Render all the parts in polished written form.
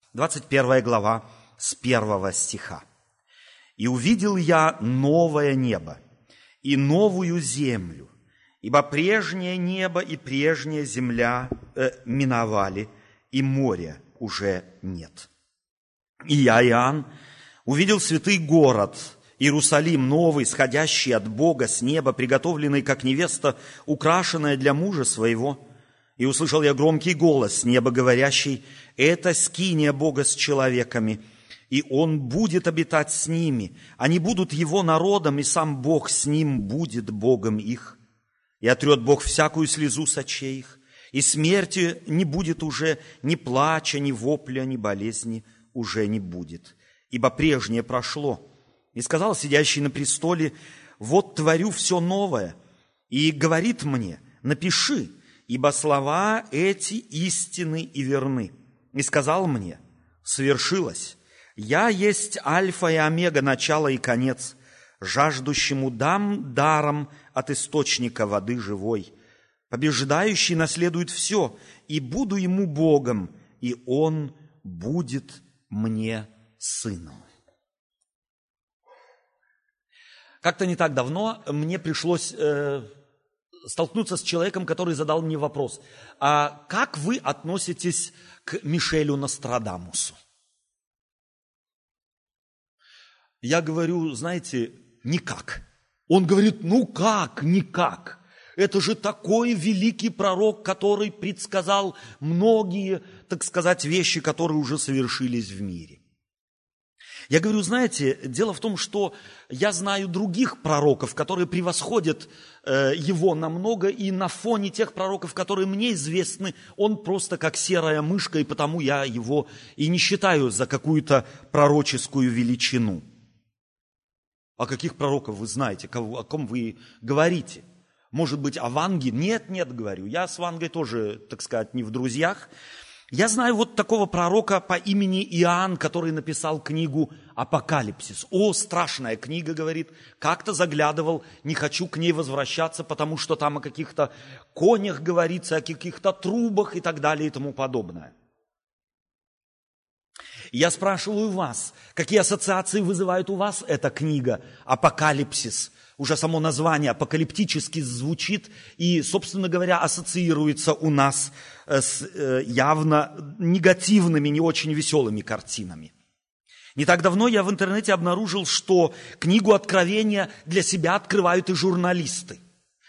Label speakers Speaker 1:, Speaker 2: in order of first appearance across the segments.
Speaker 1: 21 глава, с 1 стиха. «И увидел я новое небо и новую землю, ибо прежнее небо и прежняя земля миновали, и моря уже нет. И я, Иоанн, увидел святый город, Иерусалим новый, сходящий от Бога с неба, приготовленный, как невеста, украшенная для мужа своего. И услышал я громкий голос с неба, говорящий: это скиния Бога с человеками, и Он будет обитать с ними. Они будут Его народом, и сам Бог с ним будет Богом их. И отрет Бог всякую слезу с очей их, и смерти не будет уже, ни плача, ни вопля, ни болезни уже не будет, ибо прежнее прошло. И сказал сидящий на престоле: вот творю все новое. И говорит мне: напиши, ибо слова эти истинны и верны. И сказал мне: свершилось. Я есть Альфа и Омега, начало и конец. Жаждущему дам даром от источника воды живой. Побеждающий наследует все, и буду ему Богом, и он будет мне сыном». Как-то не так давно мне пришлось столкнуться с человеком, который задал мне вопрос: а как вы относитесь к Мишелю Нострадамусу? Я говорю: знаете, никак. Он говорит: ну как, никак? Это же такой великий пророк, который предсказал многие, так сказать, вещи, которые уже совершились в мире. Я говорю: знаете, дело в том, что я знаю других пророков, которые превосходят его намного, и на фоне тех пророков, которые мне известны, он просто как серая мышка, и потому я его и не считаю за какую-то пророческую величину. А каких пророков вы знаете, о ком вы говорите? Может быть, о Ванге? Нет, говорю, я с Вангой тоже, так сказать, не в друзьях. Я знаю вот такого пророка по имени Иоанн, который написал книгу «Апокалипсис». О, страшная книга, говорит, как-то заглядывал, не хочу к ней возвращаться, потому что там о каких-то конях говорится, о каких-то трубах и так далее и тому подобное. Я спрашиваю вас, какие ассоциации вызывает у вас эта книга «Апокалипсис»? Уже само название апокалиптически звучит и, собственно говоря, ассоциируется у нас с явно негативными, не очень веселыми картинами. Не так давно я в интернете обнаружил, что книгу Откровения для себя открывают и журналисты.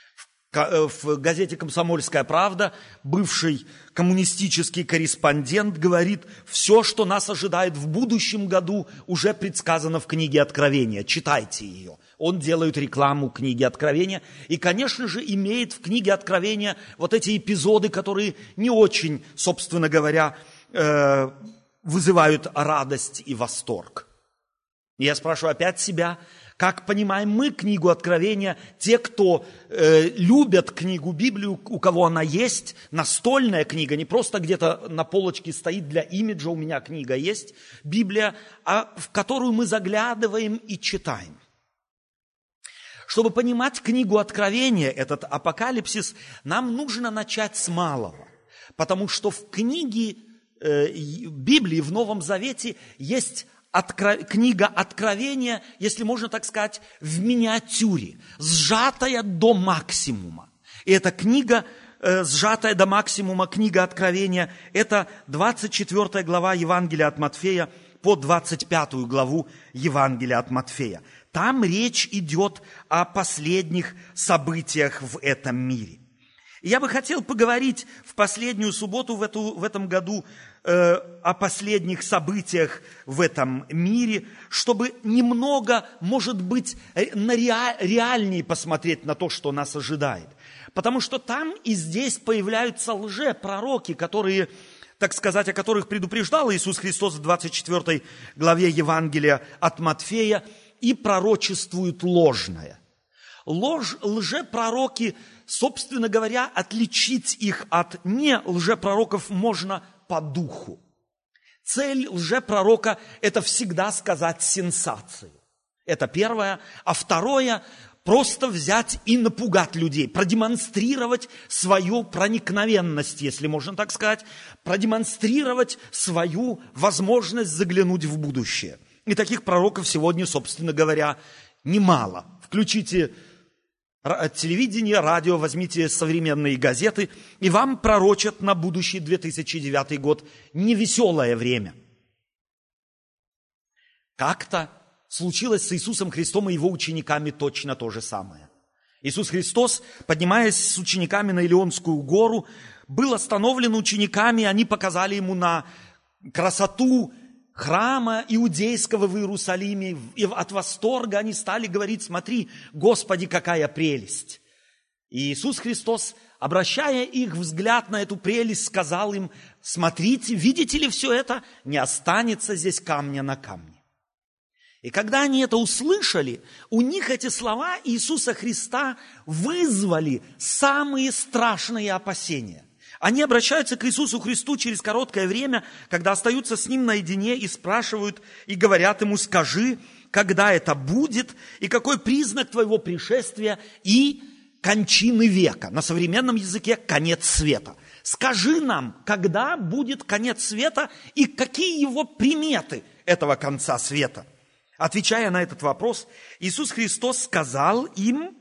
Speaker 1: В газете «Комсомольская правда» бывший коммунистический корреспондент говорит: все, что нас ожидает в будущем году, уже предсказано в книге Откровения. Читайте ее. Он делает рекламу книги Откровения и, конечно же, имеет в книге Откровения вот эти эпизоды, которые не очень, собственно говоря, вызывают радость и восторг. И я спрашиваю опять себя: как понимаем мы книгу Откровения, те, кто любят книгу Библию, у кого она есть, настольная книга, не просто где-то на полочке стоит для имиджа, у меня книга есть, Библия, а в которую мы заглядываем и читаем. Чтобы понимать книгу Откровения, этот апокалипсис, нам нужно начать с малого, потому что в книге Библии, в Новом Завете есть книга Откровения, если можно так сказать, в миниатюре, сжатая до максимума. И эта книга, сжатая до максимума, книга Откровения, это 24 глава Евангелия от Матфея по 25 главу Евангелия от Матфея. Там речь идет о последних событиях в этом мире. И я бы хотел поговорить в последнюю субботу в этом году о последних событиях в этом мире, чтобы немного, может быть, реальнее посмотреть на то, что нас ожидает. Потому что там и здесь появляются лжепророки, которые, так сказать, о которых предупреждал Иисус Христос в 24 главе Евангелия от Матфея, и пророчествуют ложное. Лжепророки, собственно говоря, отличить их от не лжепророков можно по духу. Цель лжепророка – это всегда сказать сенсацию. Это первое. А второе просто взять и напугать людей, продемонстрировать свою проникновенность, если можно так сказать, продемонстрировать свою возможность заглянуть в будущее. И таких пророков сегодня, собственно говоря, немало. Включите телевидение, радио, возьмите современные газеты, и вам пророчат на будущий 2009 год невеселое время. Как-то случилось с Иисусом Христом и его учениками точно то же самое. Иисус Христос, поднимаясь с учениками на Илионскую гору, был остановлен учениками, они показали ему на красоту храма иудейского в Иерусалиме, и от восторга они стали говорить: смотри, Господи, какая прелесть. И Иисус Христос, обращая их взгляд на эту прелесть, сказал им: смотрите, видите ли все это? Не останется здесь камня на камне. И когда они это услышали, у них эти слова Иисуса Христа вызвали самые страшные опасения. Они обращаются к Иисусу Христу через короткое время, когда остаются с Ним наедине, и спрашивают, и говорят Ему: скажи, когда это будет, и какой признак Твоего пришествия и кончины века. На современном языке конец света. Скажи нам, когда будет конец света и какие его приметы этого конца света. Отвечая на этот вопрос, Иисус Христос сказал им,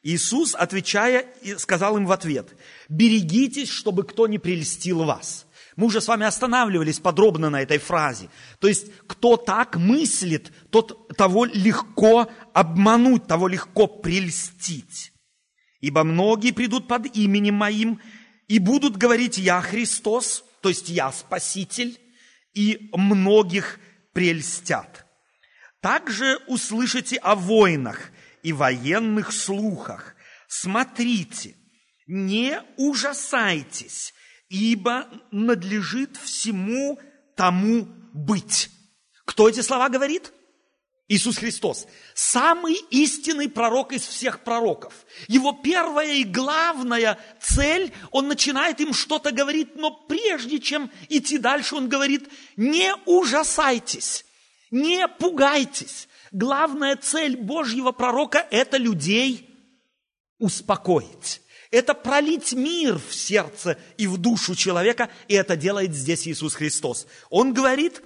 Speaker 1: сказал им в ответ: берегитесь, чтобы кто не прельстил вас. Мы уже с вами останавливались подробно на этой фразе. То есть, кто так мыслит, того легко обмануть, того легко прельстить. Ибо многие придут под именем Моим и будут говорить: я Христос, то есть я Спаситель, и многих прельстят. Также услышите о войнах и военных слухах. Смотрите, не ужасайтесь, ибо надлежит всему тому быть. Кто эти слова говорит? Иисус Христос. Самый истинный пророк из всех пророков. Его первая и главная цель, он начинает им что-то говорить, но прежде чем идти дальше, он говорит: не ужасайтесь, не пугайтесь. Главная цель Божьего пророка – это людей успокоить. Это пролить мир в сердце и в душу человека, и это делает здесь Иисус Христос. Он говорит: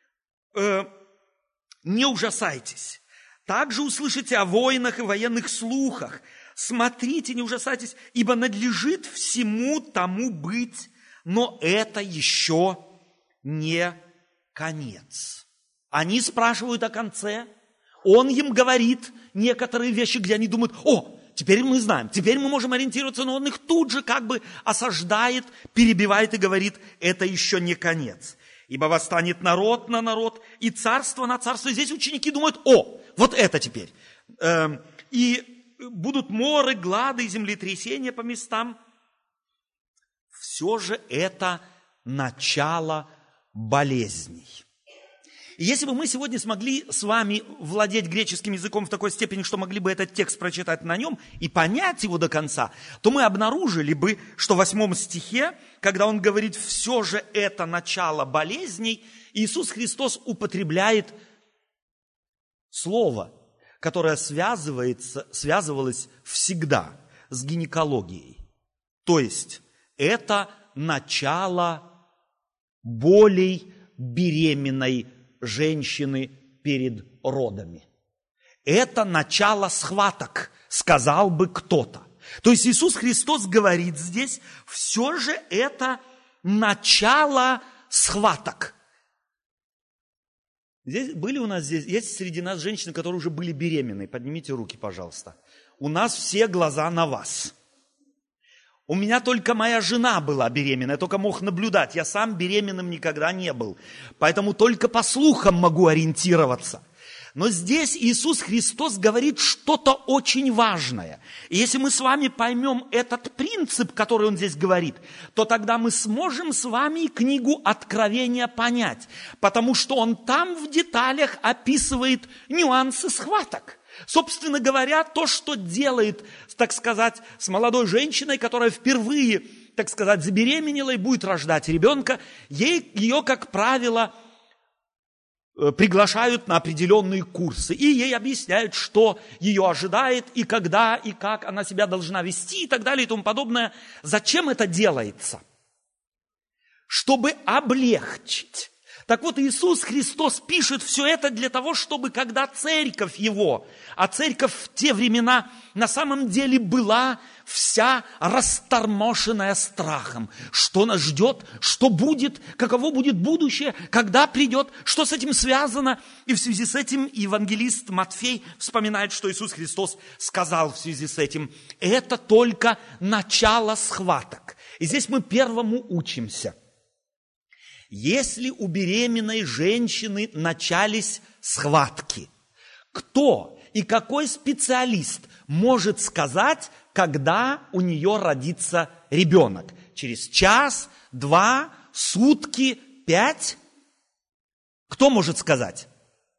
Speaker 1: не ужасайтесь. Также услышите о войнах и военных слухах. Смотрите, не ужасайтесь, ибо надлежит всему тому быть, но это еще не конец. Они спрашивают о конце. Он им говорит некоторые вещи, где они думают: о, теперь мы знаем, теперь мы можем ориентироваться, но он их тут же как бы осаждает, перебивает и говорит: это еще не конец. Ибо восстанет народ на народ и царство на царство. И здесь ученики думают: о, вот это теперь. И будут моры, глады и землетрясения по местам. Все же это начало болезней. И если бы мы сегодня смогли с вами владеть греческим языком в такой степени, что могли бы этот текст прочитать на нем и понять его до конца, то мы обнаружили бы, что в 8 стихе, когда он говорит: все же это начало болезней, Иисус Христос употребляет слово, которое связывалось всегда с гинекологией. То есть это начало болей беременной женщины перед родами. Это начало схваток, сказал бы кто-то. То есть Иисус Христос говорит здесь: все же это начало схваток. Есть среди нас женщины, которые уже были беременны. Поднимите руки, пожалуйста. У нас все глаза на вас. У меня только моя жена была беременна, я только мог наблюдать. Я сам беременным никогда не был. Поэтому только по слухам могу ориентироваться. Но здесь Иисус Христос говорит что-то очень важное. И если мы с вами поймем этот принцип, который Он здесь говорит, то тогда мы сможем с вами и книгу Откровения понять. Потому что Он там в деталях описывает нюансы схваток. Собственно говоря, то, что делает, так сказать, с молодой женщиной, которая впервые, так сказать, забеременела и будет рождать ребенка, ее, как правило, приглашают на определенные курсы, и ей объясняют, что ее ожидает, и когда, и как она себя должна вести, и так далее, и тому подобное. Зачем это делается? Чтобы облегчить. Так вот, Иисус Христос пишет все это для того, чтобы когда церковь Его, а церковь в те времена на самом деле была вся растормошенная страхом, что нас ждет, что будет, каково будет будущее, когда придет, что с этим связано. И в связи с этим евангелист Матфей вспоминает, что Иисус Христос сказал в связи с этим: это только начало схваток. И здесь мы первому учимся. Если у беременной женщины начались схватки, кто и какой специалист может сказать, когда у нее родится ребенок? Через час, 2, сутки, 5? Кто может сказать?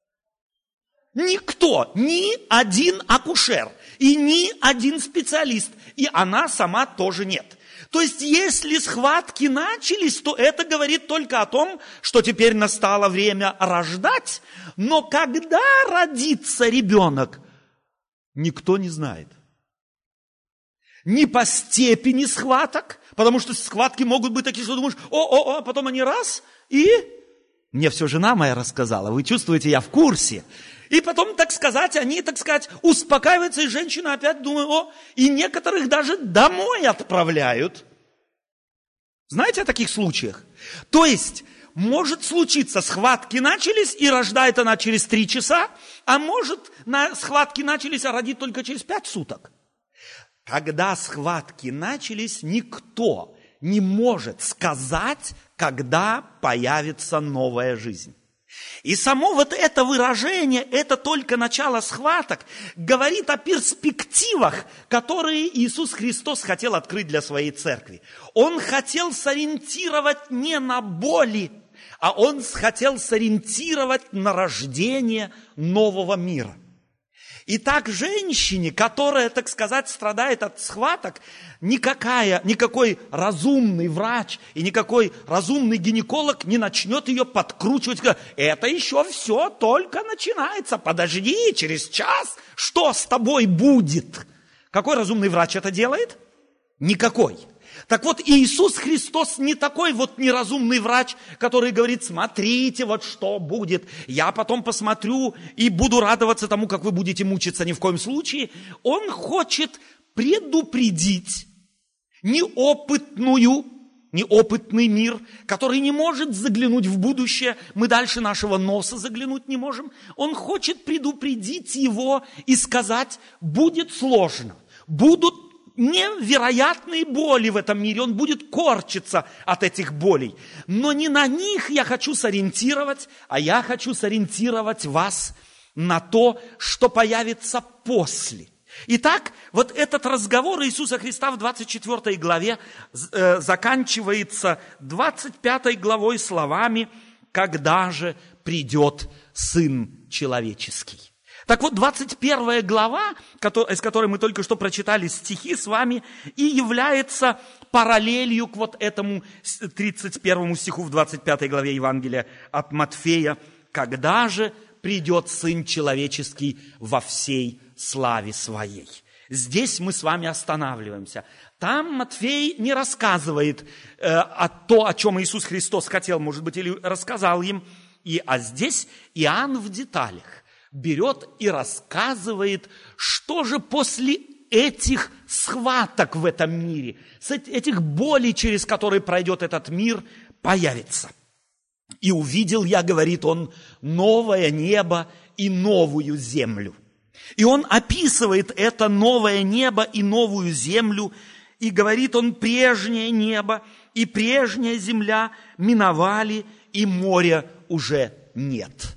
Speaker 1: Никто, ни один акушер и ни один специалист, и она сама тоже нет. То есть, если схватки начались, то это говорит только о том, что теперь настало время рождать, но когда родится ребенок, никто не знает. Не по степени схваток, потому что схватки могут быть такие, что думаешь, а потом они раз, и... Мне все жена моя рассказала, вы чувствуете, я в курсе. И потом, они, успокаиваются, и женщина опять думает, и некоторых даже домой отправляют. Знаете о таких случаях? То есть, может случиться, схватки начались, и рождает она через 3 часа, а может, схватки начались, а родит только через 5 суток. Когда схватки начались, никто не может сказать, когда появится новая жизнь. И само вот это выражение, это только начало схваток, говорит о перспективах, которые Иисус Христос хотел открыть для своей церкви. Он хотел сориентировать не на боли, а Он хотел сориентировать на рождение нового мира. Итак, женщине, которая, страдает от схваток, никакой разумный врач и никакой разумный гинеколог не начнет ее подкручивать. Это еще все только начинается. Подожди, через час что с тобой будет? Какой разумный врач это делает? Никакой. Так вот, Иисус Христос не такой вот неразумный врач, который говорит, смотрите, вот что будет. Я потом посмотрю и буду радоваться тому, как вы будете мучиться. Ни в коем случае. Он хочет предупредить неопытный мир, который не может заглянуть в будущее. Мы дальше нашего носа заглянуть не можем. Он хочет предупредить его и сказать, будет сложно, будут невероятные боли в этом мире, он будет корчиться от этих болей. Но не на них я хочу сориентировать, а я хочу сориентировать вас на то, что появится после. Итак, вот этот разговор Иисуса Христа в 24 главе заканчивается 25 главой словами «Когда же придет Сын Человеческий». Так вот, 21 глава, из которой мы только что прочитали стихи с вами, и является параллелью к вот этому 31 стиху в 25 главе Евангелия от Матфея. «Когда же придет Сын Человеческий во всей славе Своей?» Здесь мы с вами останавливаемся. Там Матфей не рассказывает о чем Иисус Христос хотел, может быть, или рассказал им. А здесь Иоанн в деталях берет и рассказывает, что же после этих схваток в этом мире, этих болей, через которые пройдет этот мир, появится. «И увидел я, — говорит он, — новое небо и новую землю». И он описывает это новое небо и новую землю, и говорит он, прежнее небо и прежняя земля миновали, и моря уже нет.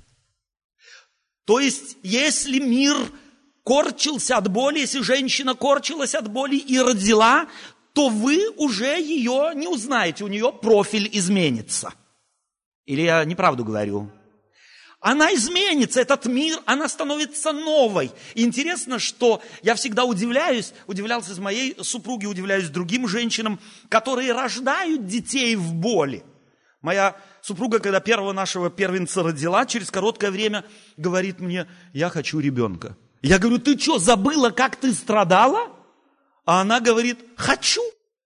Speaker 1: То есть, если мир корчился от боли, если женщина корчилась от боли и родила, то вы уже ее не узнаете, у нее профиль изменится. Или я неправду говорю? Она изменится, этот мир, она становится новой. И интересно, что я всегда удивлялся с моей супругой, удивляюсь другим женщинам, которые рождают детей в боли. Моя супруга, когда первого нашего первенца родила, через короткое время говорит мне: я хочу ребенка. Я говорю: ты что, забыла, как ты страдала? А она говорит: хочу.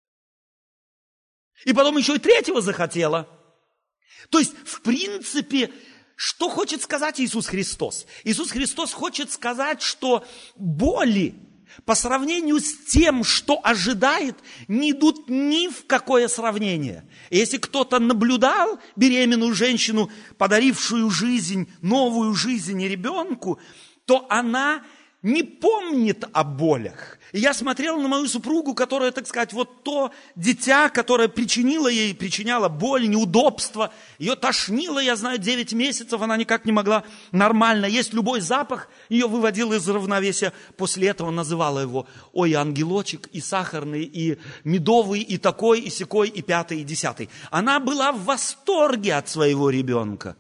Speaker 1: И потом еще и третьего захотела. То есть, в принципе, что хочет сказать Иисус Христос? Иисус Христос хочет сказать, что боли по сравнению с тем, что ожидает, не идут ни в какое сравнение. И если кто-то наблюдал беременную женщину, подарившую жизнь, новую жизнь ребенку, то она не помнит о болях. И я смотрел на мою супругу, которая, так сказать, вот то дитя, которое причиняло боль, неудобство, ее тошнило, я знаю, 9 месяцев, она никак не могла нормально есть, любой запах ее выводил из равновесия. После этого называла его: ой, ангелочек, и сахарный, и медовый, и такой, и сякой, и 5-й, и 10-й. Она была в восторге от своего ребенка.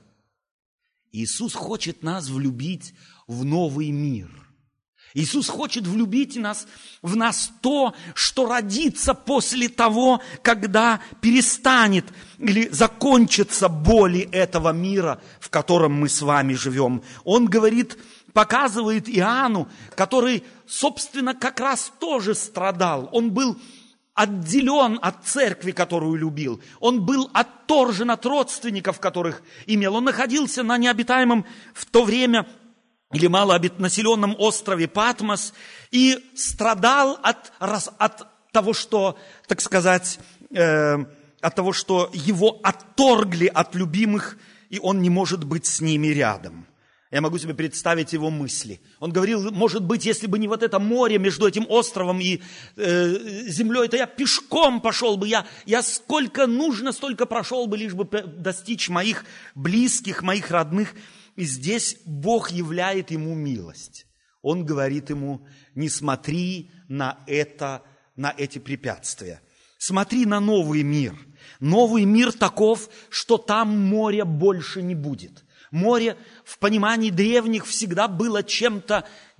Speaker 1: Иисус хочет нас влюбить в новый мир. Иисус хочет влюбить в нас то, что родится после того, когда перестанет или закончатся боли этого мира, в котором мы с вами живем. Он говорит, показывает Иоанну, который, собственно, как раз тоже страдал. Он был отделен от церкви, которую любил. Он был отторжен от родственников, которых имел. Он находился на необитаемом в то время или малонаселенном острове Патмос и страдал от того, что, так сказать, от того, что его отторгли от любимых, и он не может быть с ними рядом. Я могу себе представить его мысли. Он говорил: может быть, если бы не вот это море между этим островом и землей, то я пешком пошел бы, я сколько нужно, столько прошел бы, лишь бы достичь моих близких, моих родных. И здесь Бог являет ему милость. Он говорит ему: не смотри на эти препятствия. Смотри на новый мир. Новый мир таков, что там моря больше не будет. Море в понимании древних всегда было чем-то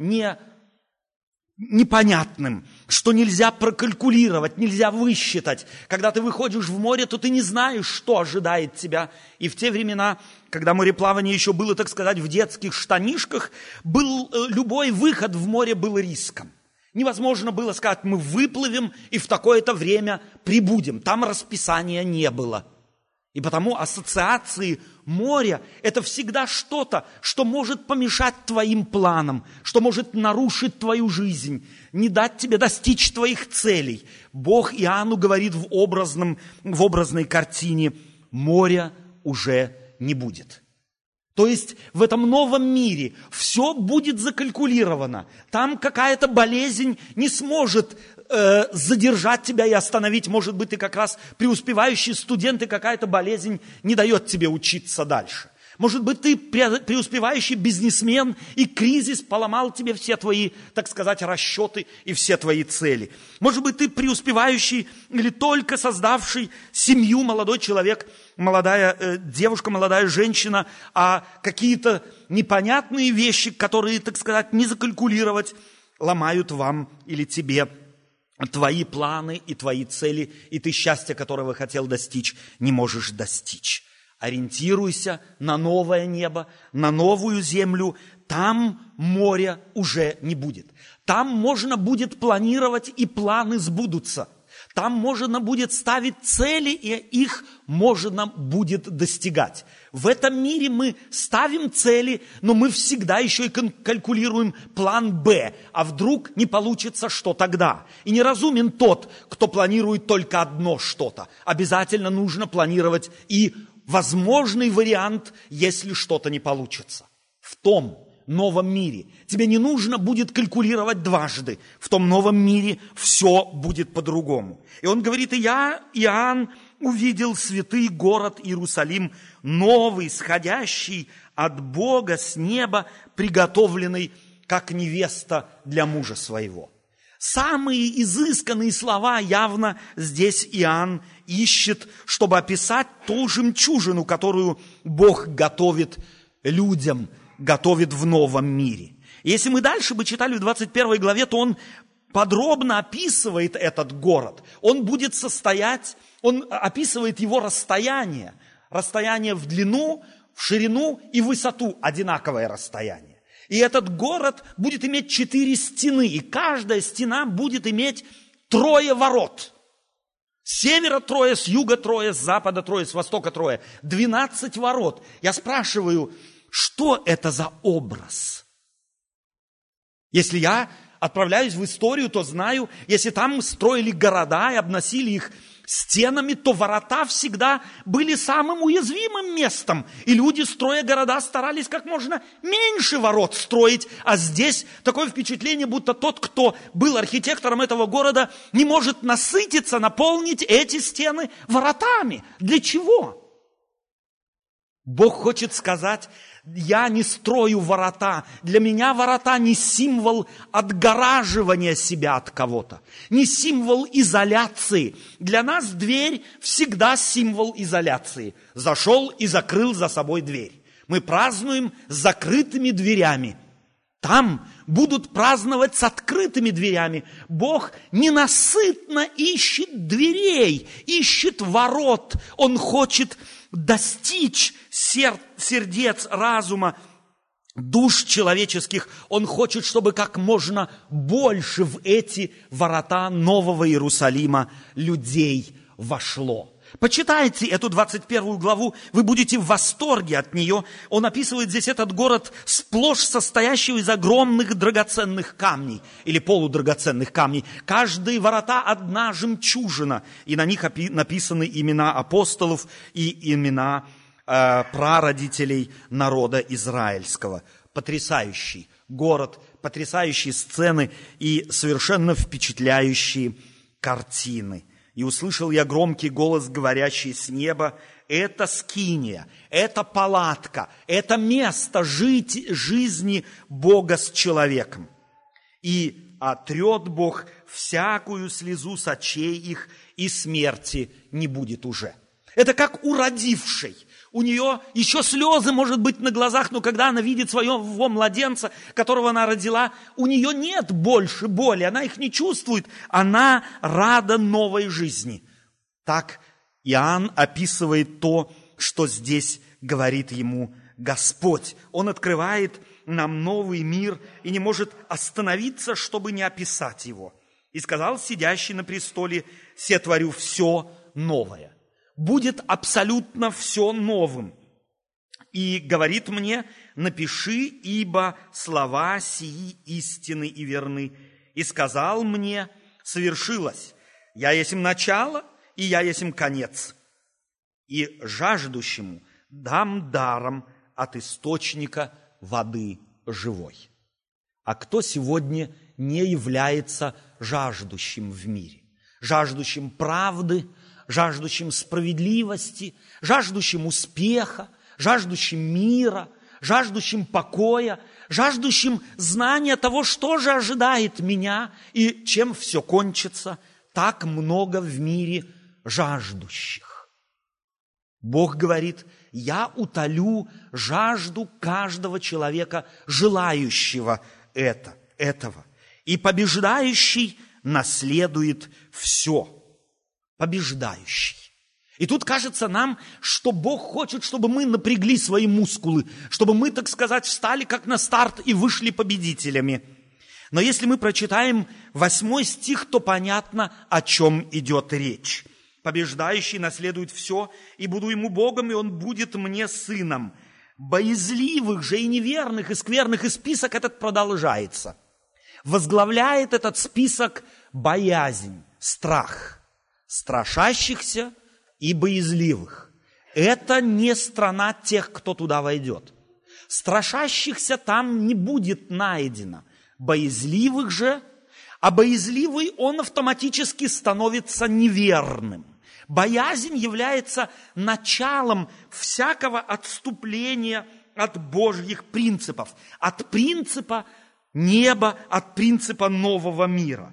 Speaker 1: непонятным, что нельзя прокалькулировать, нельзя высчитать. Когда ты выходишь в море, то ты не знаешь, что ожидает тебя. И в те времена, когда мореплавание еще было, так сказать, в детских штанишках, любой выход в море был риском. Невозможно было сказать: мы выплывем и в такое-то время прибудем. Там расписания не было. И потому ассоциации моря – это всегда что-то, что может помешать твоим планам, что может нарушить твою жизнь, не дать тебе достичь твоих целей. Бог Иоанну говорит в образной картине: моря уже не будет. То есть в этом новом мире все будет закалькулировано. Там какая-то болезнь не сможет задержать тебя и остановить. Может быть, ты как раз преуспевающий студент, и какая-то болезнь не дает тебе учиться дальше. Может быть, ты преуспевающий бизнесмен, и кризис поломал тебе все твои, так сказать, расчеты и все твои цели. Может быть, ты преуспевающий или только создавший семью молодой человек, молодая девушка, молодая женщина, а какие-то непонятные вещи, которые, так сказать, не закалькулировать, ломают вам или тебе твои планы и твои цели, и ты счастья, которого хотел достичь, не можешь достичь. Ориентируйся на новое небо, на новую землю. Там моря уже не будет. Там можно будет планировать, и планы сбудутся. Там можно будет ставить цели, и их можно будет достигать. В этом мире мы ставим цели, но мы всегда еще и калькулируем план «Б». А вдруг не получится, что тогда? И неразумен тот, кто планирует только одно что-то. Обязательно нужно планировать и возможный вариант, если что-то не получится. В том новом мире тебе не нужно будет калькулировать дважды. В том новом мире все будет по-другому. И он говорит: и я, Иоанн, увидел святый город Иерусалим, новый, сходящий от Бога с неба, приготовленный, как невеста для мужа своего. Самые изысканные слова явно здесь Иоанн ищет, чтобы описать ту жемчужину, которую Бог готовит людям, готовит в новом мире. Если мы дальше бы читали в 21 главе, то он подробно описывает этот город. Он будет состоять, он описывает его расстояние Расстояние в длину, в ширину и в высоту одинаковое расстояние. И этот город будет иметь 4 стены, и каждая стена будет иметь 3 ворот. С севера 3, с юга 3, с запада 3, с востока 3. 12 ворот. Я спрашиваю, что это за образ? Если я отправляюсь в историю, то знаю, если там строили города и обносили их стенами, то ворота всегда были самым уязвимым местом. И люди, строя города, старались как можно меньше ворот строить. А здесь такое впечатление, будто тот, кто был архитектором этого города, не может насытиться, наполнить эти стены воротами. Для чего? Бог хочет сказать: я не строю ворота. Для меня ворота не символ отгораживания себя от кого-то, не символ изоляции. Для нас дверь всегда символ изоляции. Зашел и закрыл за собой дверь. Мы празднуем с закрытыми дверями. Там будут праздновать с открытыми дверями. Бог ненасытно ищет дверей, ищет ворот. Он хочет достичь сердец, разума, душ человеческих. Он хочет, чтобы как можно больше в эти ворота Нового Иерусалима людей вошло. Почитайте эту 21 главу, вы будете в восторге от нее. Он описывает здесь этот город, сплошь состоящий из огромных драгоценных камней или полудрагоценных камней. Каждые ворота одна жемчужина, и на них написаны имена апостолов и имена прародителей народа израильского. Потрясающий город, потрясающие сцены и совершенно впечатляющие картины. И услышал я громкий голос, говорящий с неба: это скиния, это палатка, это место жизни Бога с человеком. И отрет Бог всякую слезу с очей их, и смерти не будет уже. Это как у родившей. У нее еще слезы, может быть, на глазах, но когда она видит своего младенца, которого она родила, у нее нет больше боли, она их не чувствует, она рада новой жизни. Так Иоанн описывает то, что здесь говорит ему Господь. Он открывает нам новый мир и не может остановиться, чтобы не описать его. И сказал сидящий на престоле: «Сотворю все новое». Будет абсолютно все новым. И говорит мне: напиши, ибо слова сии истинны и верны. И сказал мне: совершилось. Я есмь начало, и я есмь конец. И жаждущему дам даром от источника воды живой. А кто сегодня не является жаждущим в мире? Жаждущим правды, жаждущим справедливости, жаждущим успеха, жаждущим мира, жаждущим покоя, жаждущим знания того, что же ожидает меня и чем все кончится. Так много в мире жаждущих. Бог говорит: я утолю жажду каждого человека, желающего этого. И побеждающий наследует все. Побеждающий. И тут кажется нам, что Бог хочет, чтобы мы напрягли свои мускулы, чтобы мы, так сказать, встали как на старт и вышли победителями. Но если мы прочитаем 8 стих, то понятно, о чем идет речь. Побеждающий наследует все, и буду ему Богом, и он будет мне сыном. Боязливых же и неверных, и скверных, и список этот продолжается. Возглавляет этот список боязнь, страх. Страшащихся и боязливых. Это не страна тех, кто туда войдет. Страшащихся там не будет найдено. Боязливых же, а боязливый он автоматически становится неверным. Боязнь является началом всякого отступления от Божьих принципов, от принципа неба, от принципа нового мира.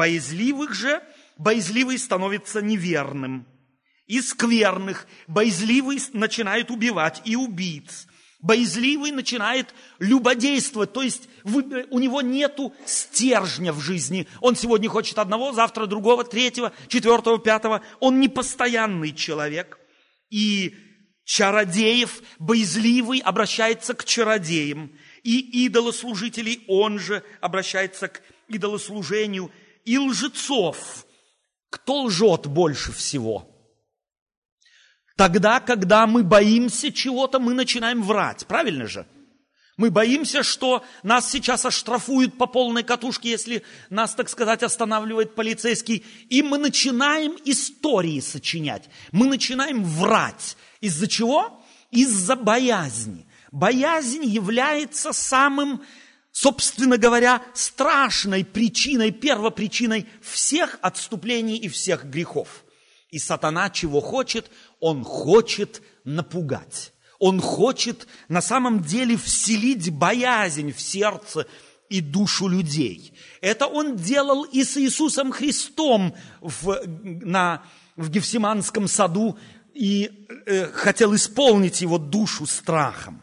Speaker 1: Боязливый становится неверным. И скверных боязливый начинает убивать и убийц. Боязливый начинает любодействовать, то есть у него нету стержня в жизни. Он сегодня хочет одного, завтра другого, третьего, четвертого, пятого. Он непостоянный человек. И чародеев, боязливый обращается к чародеям, и идолослужителей он же обращается к идолослужению, и лжецов. Кто лжет больше всего? Тогда, когда мы боимся чего-то, мы начинаем врать. Правильно же? Мы боимся, что нас сейчас оштрафуют по полной катушке, если нас, так сказать, останавливает полицейский. И мы начинаем истории сочинять. Мы начинаем врать. Из-за чего? Из-за боязни. Боязнь является самым, собственно говоря, страшной причиной, первопричиной всех отступлений и всех грехов. И сатана чего хочет? Он хочет напугать. Он хочет на самом деле вселить боязнь в сердце и душу людей. Это он делал и с Иисусом Христом в Гефсиманском саду и хотел исполнить его душу страхом.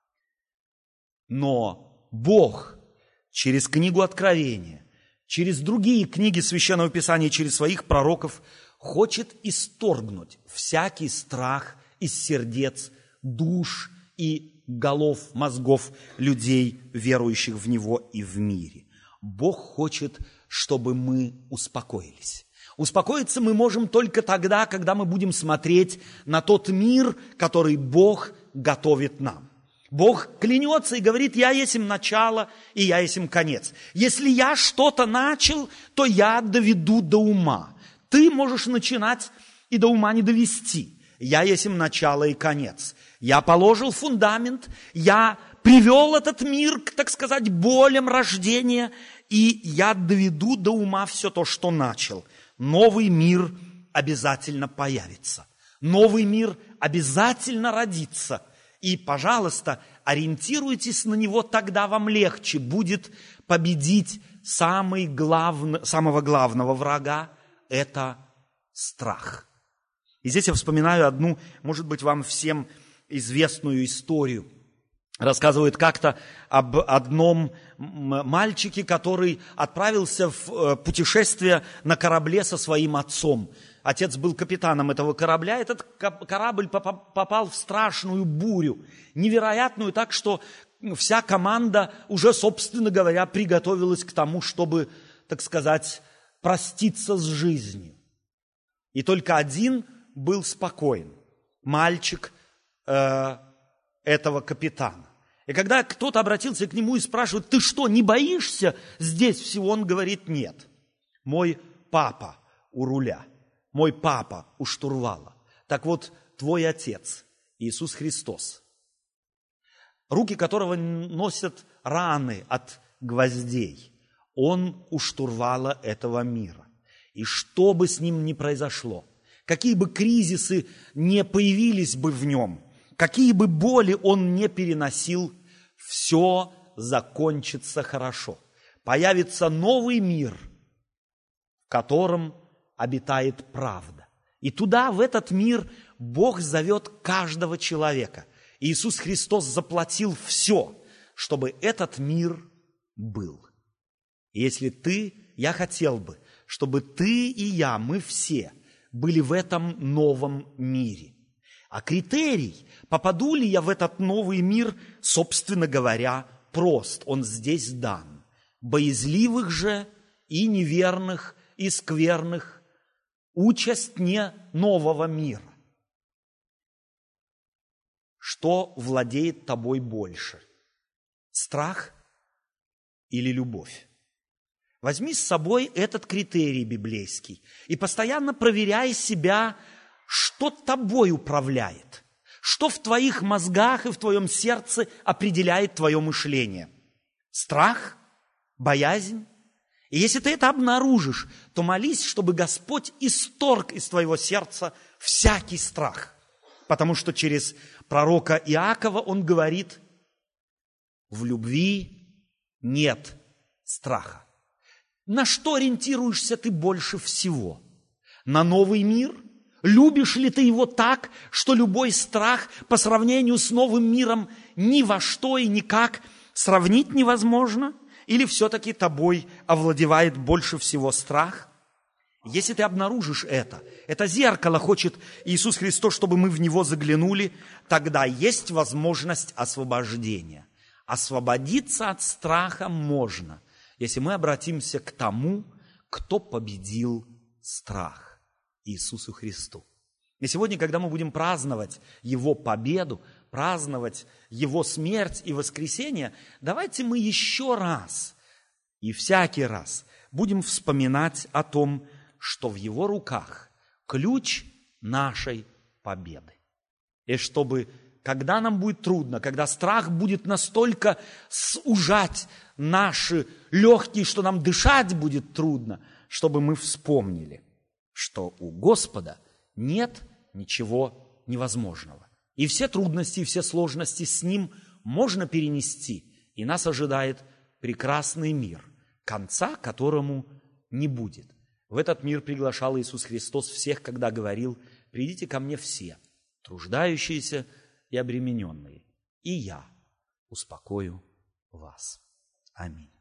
Speaker 1: Но Бог через книгу Откровения, через другие книги Священного Писания, через своих пророков хочет исторгнуть всякий страх из сердец, душ и голов, мозгов людей, верующих в Него и в мире. Бог хочет, чтобы мы успокоились. Успокоиться мы можем только тогда, когда мы будем смотреть на тот мир, который Бог готовит нам. Бог клянется и говорит: «Я есть им начало, и я есть им конец». Если я что-то начал, то я доведу до ума. Ты можешь начинать и до ума не довести. Я есть им начало и конец. Я положил фундамент, я привел этот мир к, так сказать, болям рождения, и я доведу до ума все то, что начал. Новый мир обязательно появится. Новый мир обязательно родится. И, пожалуйста, ориентируйтесь на него, тогда вам легче будет победить самого главного врага – это страх. И здесь я вспоминаю одну, может быть, вам всем известную историю. Рассказывают как-то об одном мальчике, который отправился в путешествие на корабле со своим отцом. Отец был капитаном этого корабля. Этот корабль попал в страшную бурю, невероятную, так что вся команда уже, собственно говоря, приготовилась к тому, чтобы, так сказать, проститься с жизнью. И только один был спокоен. Мальчик этого капитана. И когда кто-то обратился к нему и спрашивает: «Ты что, не боишься здесь всего?» Он говорит: «Нет, мой папа у руля, мой папа у штурвала. Так вот, твой отец, Иисус Христос, руки которого носят раны от гвоздей, он у штурвала этого мира. И что бы с ним ни произошло, какие бы кризисы не появились бы в нем, какие бы боли он не переносил, все закончится хорошо. Появится новый мир, в котором обитает правда. И туда, в этот мир, Бог зовет каждого человека. Иисус Христос заплатил все, чтобы этот мир был. И если я хотел бы, чтобы ты и я, мы все были в этом новом мире. А критерий, попаду ли я в этот новый мир, собственно говоря, прост. Он здесь дан. Боязливых же и неверных, и скверных участь не нового мира. Что владеет тобой больше? Страх или любовь? Возьми с собой этот критерий библейский и постоянно проверяй себя, что тобой управляет, что в твоих мозгах и в твоем сердце определяет твое мышление. Страх? Боязнь? И если ты это обнаружишь, то молись, чтобы Господь исторг из твоего сердца всякий страх. Потому что через пророка Иакова он говорит: в любви нет страха. На что ориентируешься ты больше всего? На новый мир? Любишь ли ты его так, что любой страх по сравнению с новым миром ни во что и никак сравнить невозможно? Или все-таки тобой овладевает больше всего страх? Если ты обнаружишь это зеркало хочет Иисус Христос, чтобы мы в него заглянули, тогда есть возможность освобождения. Освободиться от страха можно, если мы обратимся к тому, кто победил страх, Иисусу Христу. И сегодня, когда мы будем праздновать Его победу, праздновать Его смерть и воскресение, давайте мы еще раз и всякий раз будем вспоминать о том, что в Его руках ключ нашей победы. И чтобы, когда нам будет трудно, когда страх будет настолько сужать наши легкие, что нам дышать будет трудно, чтобы мы вспомнили, что у Господа нет ничего невозможного. И все трудности, и все сложности с Ним можно перенести. И нас ожидает прекрасный мир, конца которому не будет. В этот мир приглашал Иисус Христос всех, когда говорил: «Придите ко мне все, труждающиеся и обремененные, и я успокою вас». Аминь.